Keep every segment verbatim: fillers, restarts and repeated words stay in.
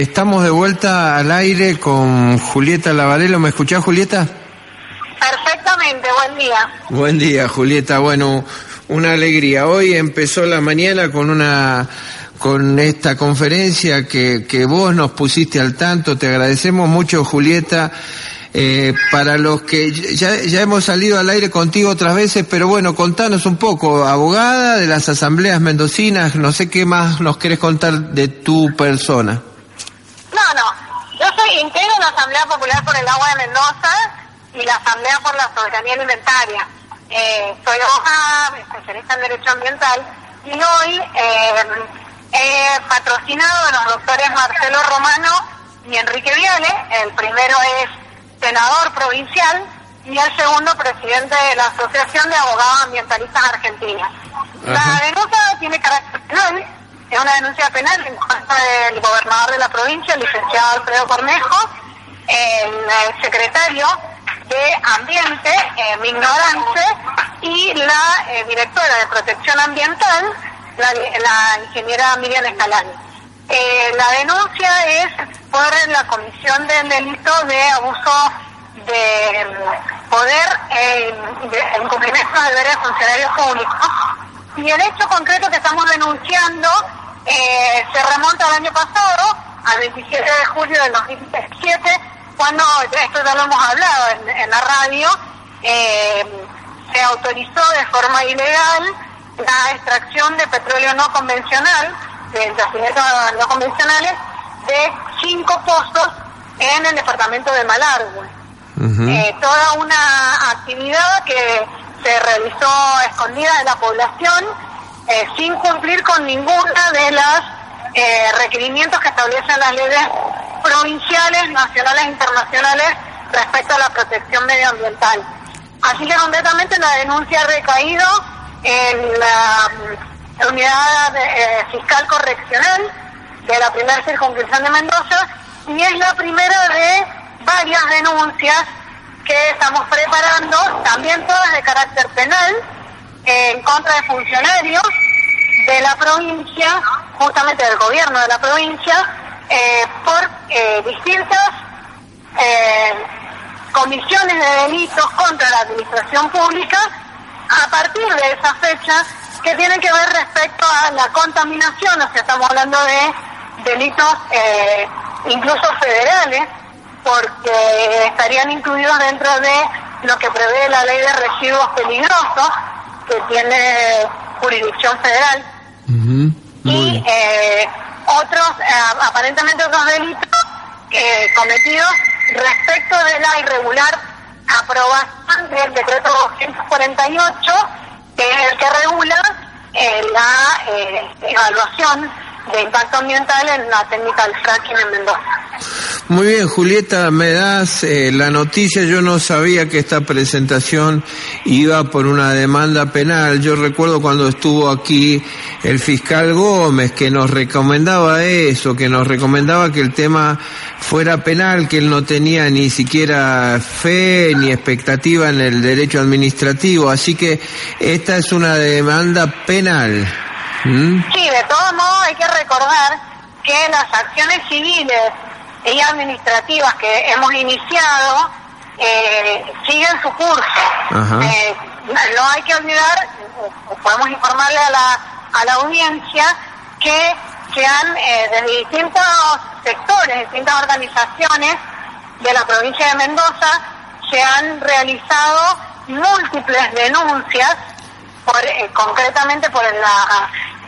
Estamos de vuelta al aire con Julieta Lavarello. ¿Me escuchás, Julieta? Perfectamente, buen día. Buen día, Julieta. Bueno, una alegría. Hoy empezó la mañana con una con esta conferencia que, que vos nos pusiste al tanto. Te agradecemos mucho, Julieta. Eh, para los que ya, ya hemos salido al aire contigo otras veces, pero bueno, contanos un poco, abogada de las asambleas mendocinas, no sé qué más nos querés contar de tu persona. No, no, yo soy integro de la Asamblea Popular por el Agua de Mendoza y la Asamblea por la Soberanía Alimentaria. Eh, soy abogada, especialista en Derecho Ambiental, y hoy eh, he patrocinado a los doctores Marcelo Romano y Enrique Viale. El primero es senador provincial y el segundo presidente de la Asociación de Abogados Ambientalistas Argentinas. Ajá. La denuncia tiene carácter penal, es una denuncia penal en contra del gobernador de la provincia, el licenciado Alfredo Cornejo, el, el secretario de Ambiente, eh, Mignorance, y la eh, directora de Protección Ambiental, la, la ingeniera Miriam Escalani. Eh, la denuncia es por la comisión del delito de abuso de poder eh, de incumplimiento de deberes de funcionarios públicos. Y el hecho concreto que estamos denunciando eh, se remonta al año pasado, al veintisiete de julio del dos mil diecisiete, cuando, esto ya lo hemos hablado en, en la radio, eh, se autorizó de forma ilegal la extracción de petróleo no convencional, de yacimientos no convencionales, de cinco pozos en el departamento de Malargüe. Uh-huh. Eh, toda una actividad que se realizó escondida de la población, eh, sin cumplir con ninguna de las eh, requerimientos que establecen las leyes provinciales, nacionales e internacionales respecto a la protección medioambiental. Así que concretamente la denuncia ha recaído en la Unidad eh, Fiscal Correccional de la primera circunscripción de Mendoza, y es la primera de varias denuncias que estamos preparando, también todas de carácter penal, eh, en contra de funcionarios de la provincia, justamente del gobierno de la provincia, eh, por eh, distintas eh, comisiones de delitos contra la administración pública a partir de esa fecha, que tienen que ver respecto a la contaminación, o sea, estamos hablando de delitos eh, incluso federales, porque estarían incluidos dentro de lo que prevé la ley de residuos peligrosos, que tiene jurisdicción federal, uh-huh. y eh, otros, eh, aparentemente otros delitos eh, cometidos respecto de la irregular aprobación del decreto doscientos cuarenta y ocho, que es el que regula eh, la eh, evaluación de impacto ambiental en la técnica del fracking en Mendoza. Muy bien, Julieta, me das eh, la noticia. Yo no sabía que esta presentación iba por una demanda penal. Yo recuerdo cuando estuvo aquí el fiscal Gómez, que nos recomendaba eso, que nos recomendaba que el tema fuera penal, que él no tenía ni siquiera fe ni expectativa en el derecho administrativo. Así que esta es una demanda penal. ¿Mm? Sí, de todos modos hay que recordar que las acciones civiles y administrativas que hemos iniciado eh, siguen su curso. Eh, no hay que olvidar, podemos informarle a la, a la audiencia que se han, eh, desde distintos sectores, distintas organizaciones de la provincia de Mendoza, se han realizado múltiples denuncias, por, eh, concretamente por la,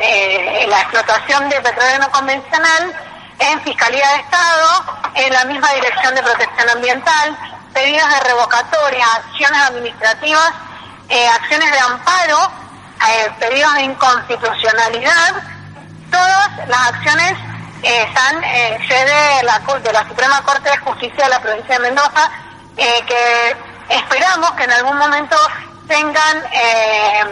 eh, la explotación de petróleo no convencional, en Fiscalía de Estado, en la misma Dirección de Protección Ambiental, pedidos de revocatoria, acciones administrativas, eh, acciones de amparo, eh, pedidos de inconstitucionalidad. Todas las acciones eh, están en eh, sede de la, de la Suprema Corte de Justicia de la provincia de Mendoza, eh, que esperamos que en algún momento tengan eh,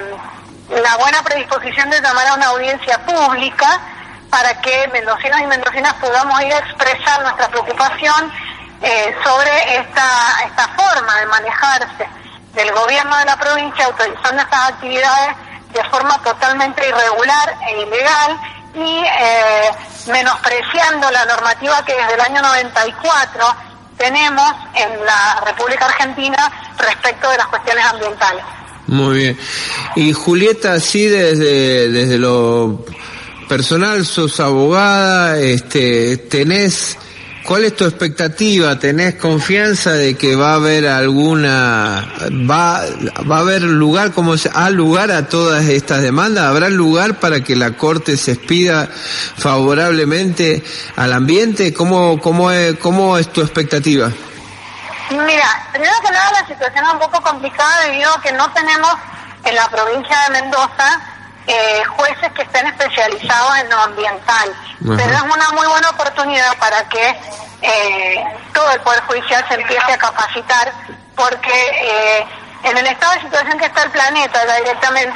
la buena predisposición de llamar a una audiencia pública para que mendocinos y mendocinas podamos ir a expresar nuestra preocupación eh, sobre esta, esta forma de manejarse del gobierno de la provincia, autorizando estas actividades de forma totalmente irregular e ilegal, y eh, menospreciando la normativa que desde el año noventa y cuatro tenemos en la República Argentina respecto de las cuestiones ambientales. Muy bien. Y Julieta, sí, desde, desde lo personal, sos abogada, este, tenés, ¿cuál es tu expectativa? ¿Tenés confianza de que va a haber alguna, va, va a haber lugar, como se, ¿ha lugar a todas estas demandas? ¿Habrá lugar para que la Corte se expida favorablemente al ambiente? ¿Cómo, cómo es, cómo es tu expectativa? Mira, primero que nada la situación es un poco complicada debido a que no tenemos en la provincia de Mendoza eh, jueces que estén especializados en lo ambiental. Uh-huh. Pero es una muy buena oportunidad para que eh, todo el Poder Judicial se empiece a capacitar, porque eh, en el estado de situación que está el planeta ya directamente,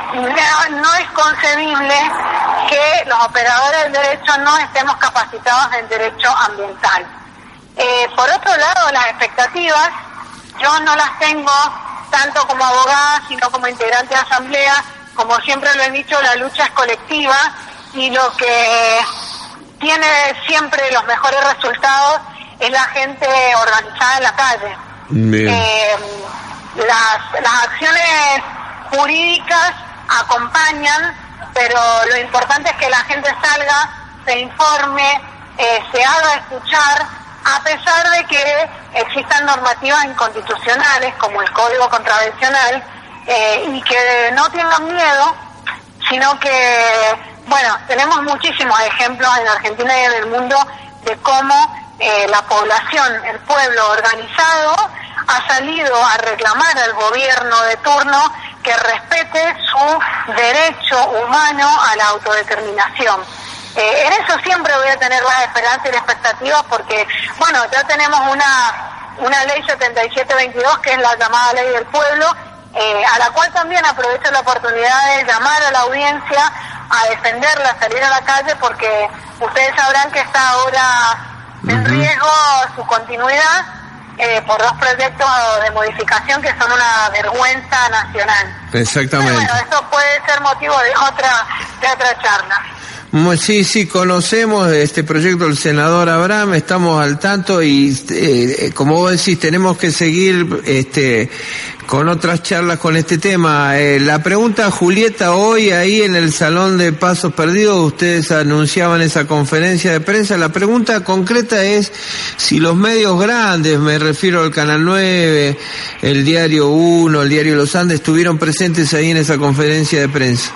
no, no es concebible que los operadores del derecho no estemos capacitados en derecho ambiental. Eh, por otro lado, las expectativas, yo no las tengo tanto como abogada, sino como integrante de asamblea. Como siempre lo he dicho, la lucha es colectiva y lo que tiene siempre los mejores resultados es la gente organizada en la calle. Eh, las, las acciones jurídicas acompañan, pero lo importante es que la gente salga, se informe, eh, se haga escuchar, a pesar de que existan normativas inconstitucionales como el Código Contravencional, eh, y que no tengan miedo, sino que, bueno, tenemos muchísimos ejemplos en Argentina y en el mundo de cómo eh, la población, el pueblo organizado, ha salido a reclamar al gobierno de turno que respete su derecho humano a la autodeterminación. Eh, en eso siempre voy a tener las esperanzas y las expectativas porque, bueno, ya tenemos una una ley setenta y siete veintidós que es la llamada Ley del Pueblo, eh, a la cual también aprovecho la oportunidad de llamar a la audiencia a defenderla, a salir a la calle, porque ustedes sabrán que está ahora en riesgo su continuidad eh, por dos proyectos de modificación que son una vergüenza nacional. Exactamente. Pero bueno, eso puede ser motivo de otra de otra charla. Sí, sí, conocemos este proyecto del senador Abraham, estamos al tanto y, eh, como vos decís, tenemos que seguir este con otras charlas con este tema. Eh, la pregunta, Julieta, hoy ahí en el Salón de Pasos Perdidos, ustedes anunciaban esa conferencia de prensa. La pregunta concreta es si los medios grandes, me refiero al Canal nueve, el Diario uno, el Diario Los Andes, estuvieron presentes ahí en esa conferencia de prensa.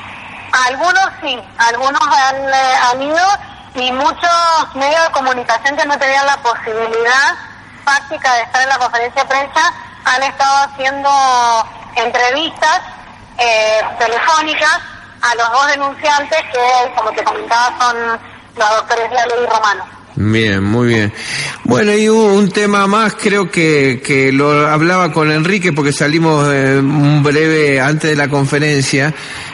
Algunos sí, algunos han, eh, han ido y muchos medios de comunicación que no tenían la posibilidad práctica de estar en la conferencia de prensa han estado haciendo entrevistas eh, telefónicas a los dos denunciantes que, como te comentaba, son los doctores Lalo y Romano. Bien, muy bien. Bueno, y un, un tema más, creo que, que lo hablaba con Enrique porque salimos eh, un breve antes de la conferencia.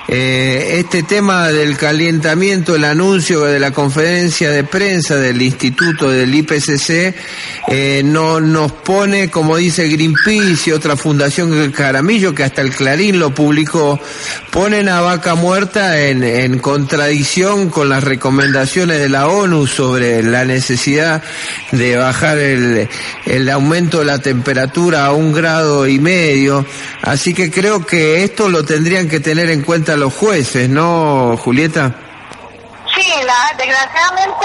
Eh, este tema del calentamiento, el anuncio de la conferencia de prensa del Instituto del I P C C, eh, no, nos pone, como dice Greenpeace y otra fundación, el Caramillo, que hasta el Clarín lo publicó, ponen a Vaca Muerta en, en contradicción con las recomendaciones de la ONU sobre la necesidad de bajar el, el aumento de la temperatura a un grado y medio. Así que creo que esto lo tendrían que tener en cuenta los jueces, ¿no, Julieta? Sí, la, desgraciadamente,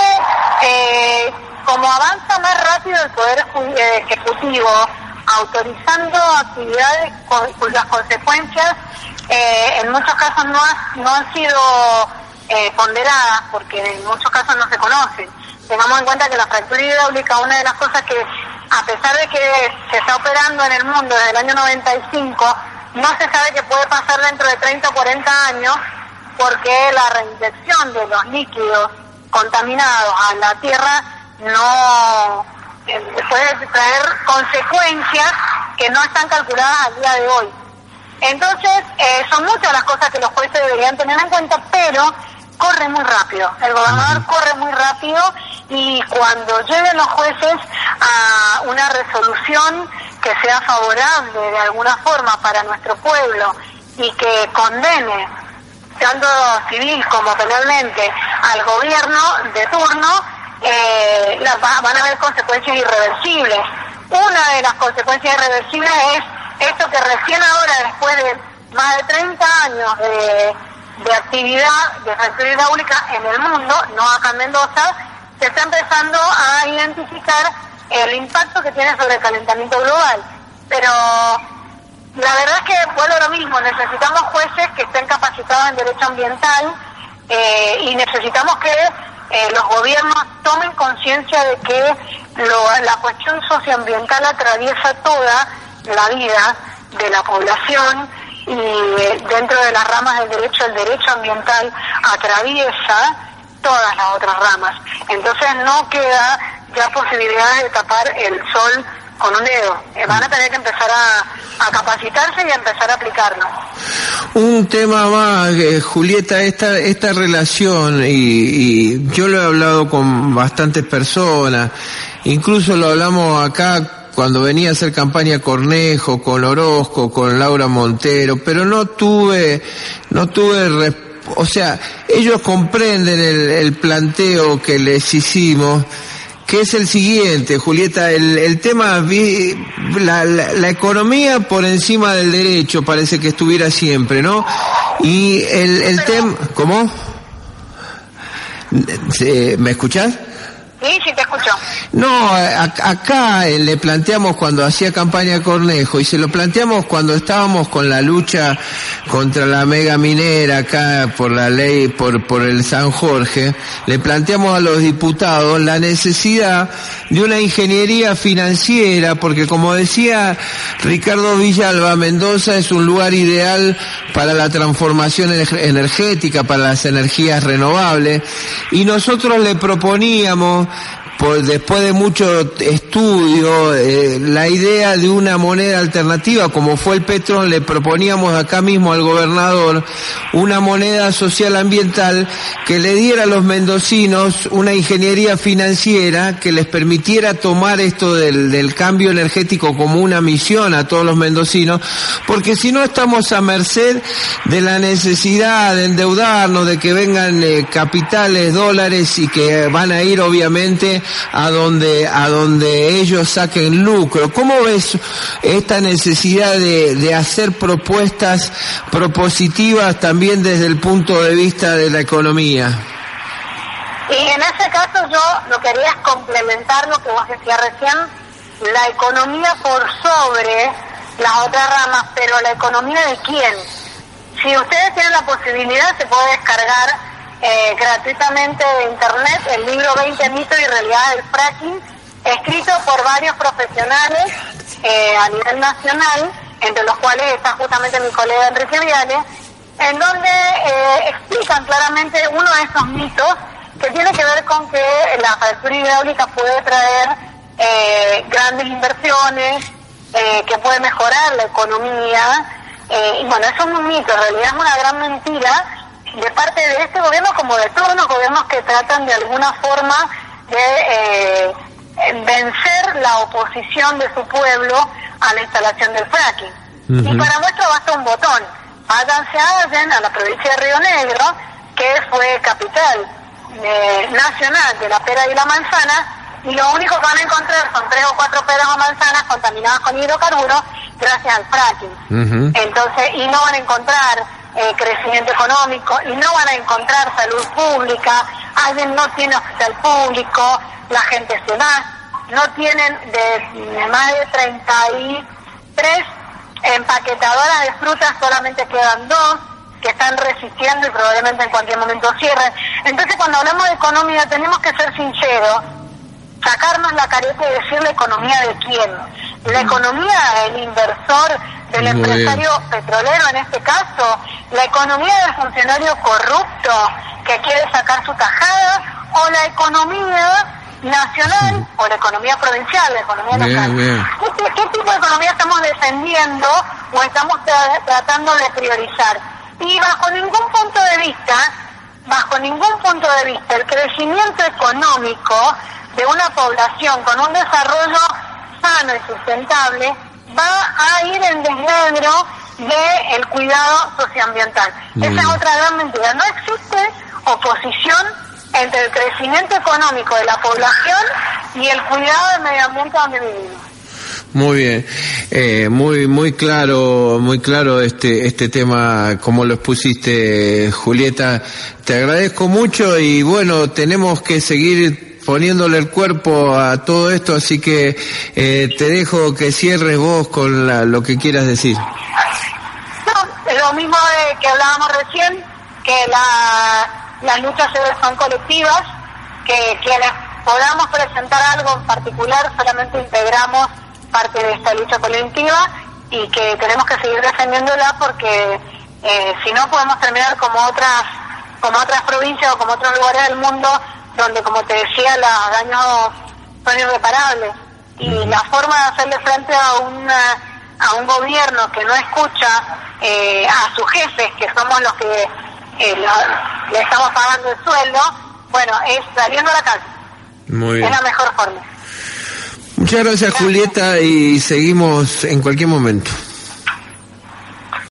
eh, como avanza más rápido el Poder Ejecutivo, autorizando actividades con, cuyas consecuencias eh, en muchos casos no, ha, no han sido eh, ponderadas, porque en muchos casos no se conocen. Tengamos en cuenta que la fractura hidráulica, una de las cosas que, a pesar de que se está operando en el mundo desde el año noventa y cinco, no se sabe qué puede pasar dentro de treinta o cuarenta años, porque la reinyección de los líquidos contaminados a la tierra no eh, puede traer consecuencias que no están calculadas al día de hoy. Entonces, eh, son muchas las cosas que los jueces deberían tener en cuenta, pero corre muy rápido. El gobernador corre muy rápido y cuando lleguen los jueces a una resolución que sea favorable de alguna forma para nuestro pueblo y que condene tanto civil como penalmente, al gobierno de turno, eh, la, van a haber consecuencias irreversibles. Una de las consecuencias irreversibles es esto que recién ahora, después de más de treinta años de, de actividad de fractura hidráulica en el mundo, no acá en Mendoza, se está empezando a identificar el impacto que tiene sobre el calentamiento global. Pero la verdad es que vuelvo a lo mismo, necesitamos jueces que estén capacitados en derecho ambiental eh, y necesitamos que eh, los gobiernos tomen conciencia de que lo, la cuestión socioambiental atraviesa toda la vida de la población y eh, dentro de las ramas del derecho, el derecho ambiental atraviesa todas las otras ramas. Entonces no queda ya posibilidades de tapar el sol con un dedo. Eh, van a tener que empezar a, a capacitarse y a empezar a aplicarlo. Un tema más, eh, Julieta, esta esta relación, y, y yo lo he hablado con bastantes personas, incluso lo hablamos acá cuando venía a hacer campaña Cornejo, con Orozco, con Laura Montero, pero no tuve, no tuve respuesta. O sea, ellos comprenden el, el planteo que les hicimos, que es el siguiente, Julieta, el, el tema, la, la, la economía por encima del derecho parece que estuviera siempre, ¿no? Y el, el tema, ¿cómo? ¿Me escuchás? Sí, sí, te escucho. No, a, acá le planteamos cuando hacía campaña Cornejo, y se lo planteamos cuando estábamos con la lucha contra la mega minera acá por la ley, por, por el San Jorge, le planteamos a los diputados la necesidad de una ingeniería financiera, porque como decía Ricardo Villalba, Mendoza es un lugar ideal para la transformación energética, para las energías renovables, y nosotros le proponíamos, por después de mucho estudio, eh, la idea de una moneda alternativa, como fue el Petrón. Le proponíamos acá mismo al gobernador una moneda social ambiental que le diera a los mendocinos una ingeniería financiera que les permitiera tomar esto del, del cambio energético como una misión a todos los mendocinos, porque si no estamos a merced de la necesidad de endeudarnos, de que vengan eh, capitales, dólares, y que van a ir obviamente a donde a donde ellos saquen lucro. ¿Cómo ves esta necesidad de, de hacer propuestas propositivas también desde el punto de vista de la economía? Y en ese caso yo lo quería es complementar lo que vos decías recién, la economía por sobre las otras ramas, pero ¿la economía de quién? Si ustedes tienen la posibilidad, se puede descargar Eh, gratuitamente de internet el libro veinte mitos y realidades del fracking, escrito por varios profesionales eh, a nivel nacional, entre los cuales está justamente mi colega Enrique Viale, en donde eh, explican claramente uno de esos mitos que tiene que ver con que la fractura hidráulica puede traer eh, grandes inversiones, eh, que puede mejorar la economía, eh, y bueno, eso es un mito, en realidad es una gran mentira de parte de este gobierno como de todos los gobiernos que tratan de alguna forma de eh, vencer la oposición de su pueblo a la instalación del fracking. Uh-huh. Y para muestra basta un botón. Háganse a Allen, a la provincia de Río Negro, que fue capital eh, nacional de la pera y la manzana, y lo único que van a encontrar son tres o cuatro peras o manzanas contaminadas con hidrocarburos gracias al fracking. Uh-huh. Entonces, y no van a encontrar Eh, crecimiento económico, y no van a encontrar salud pública. Alguien no tiene hospital público, la gente se va, no tienen de más de treinta y tres empaquetadoras de frutas, solamente quedan dos que están resistiendo y probablemente en cualquier momento cierren. Entonces, cuando hablamos de economía tenemos que ser sinceros, sacarnos la careta y decir la economía de quién. La economía del inversor, del Muy empresario bien. petrolero en este caso, la economía del funcionario corrupto que quiere sacar su tajada, o la economía nacional, sí. o la economía provincial, la economía bien, local. Bien. ¿Qué, ¿Qué tipo de economía estamos defendiendo o estamos tra- tratando de priorizar? Y bajo ningún punto de vista, bajo ningún punto de vista, el crecimiento económico de una población con un desarrollo sano y sustentable va a ir en desmedro de el cuidado socioambiental. Muy Esa es otra gran mentira. No existe oposición entre el crecimiento económico de la población y el cuidado del medio ambiente donde vivimos. Muy bien, eh, muy muy claro, muy claro este este tema como lo expusiste, Julieta. Te agradezco mucho y bueno, tenemos que seguir poniéndole el cuerpo a todo esto, así que eh, te dejo que cierres vos con la, lo que quieras decir. No, es lo mismo de que hablábamos recién, que la, las luchas son colectivas, que quienes podamos presentar algo en particular solamente integramos parte de esta lucha colectiva y que tenemos que seguir defendiéndola porque eh, si no podemos terminar como otras como otras provincias o como otros lugares del mundo donde, como te decía, los daños son irreparables y la forma de hacerle frente a una a un gobierno que no escucha eh, a sus jefes, que somos los que eh, lo, le estamos pagando el sueldo, bueno, es saliendo a la calle. Muy bien. Es la mejor forma. Muchas gracias, Julieta, y seguimos en cualquier momento.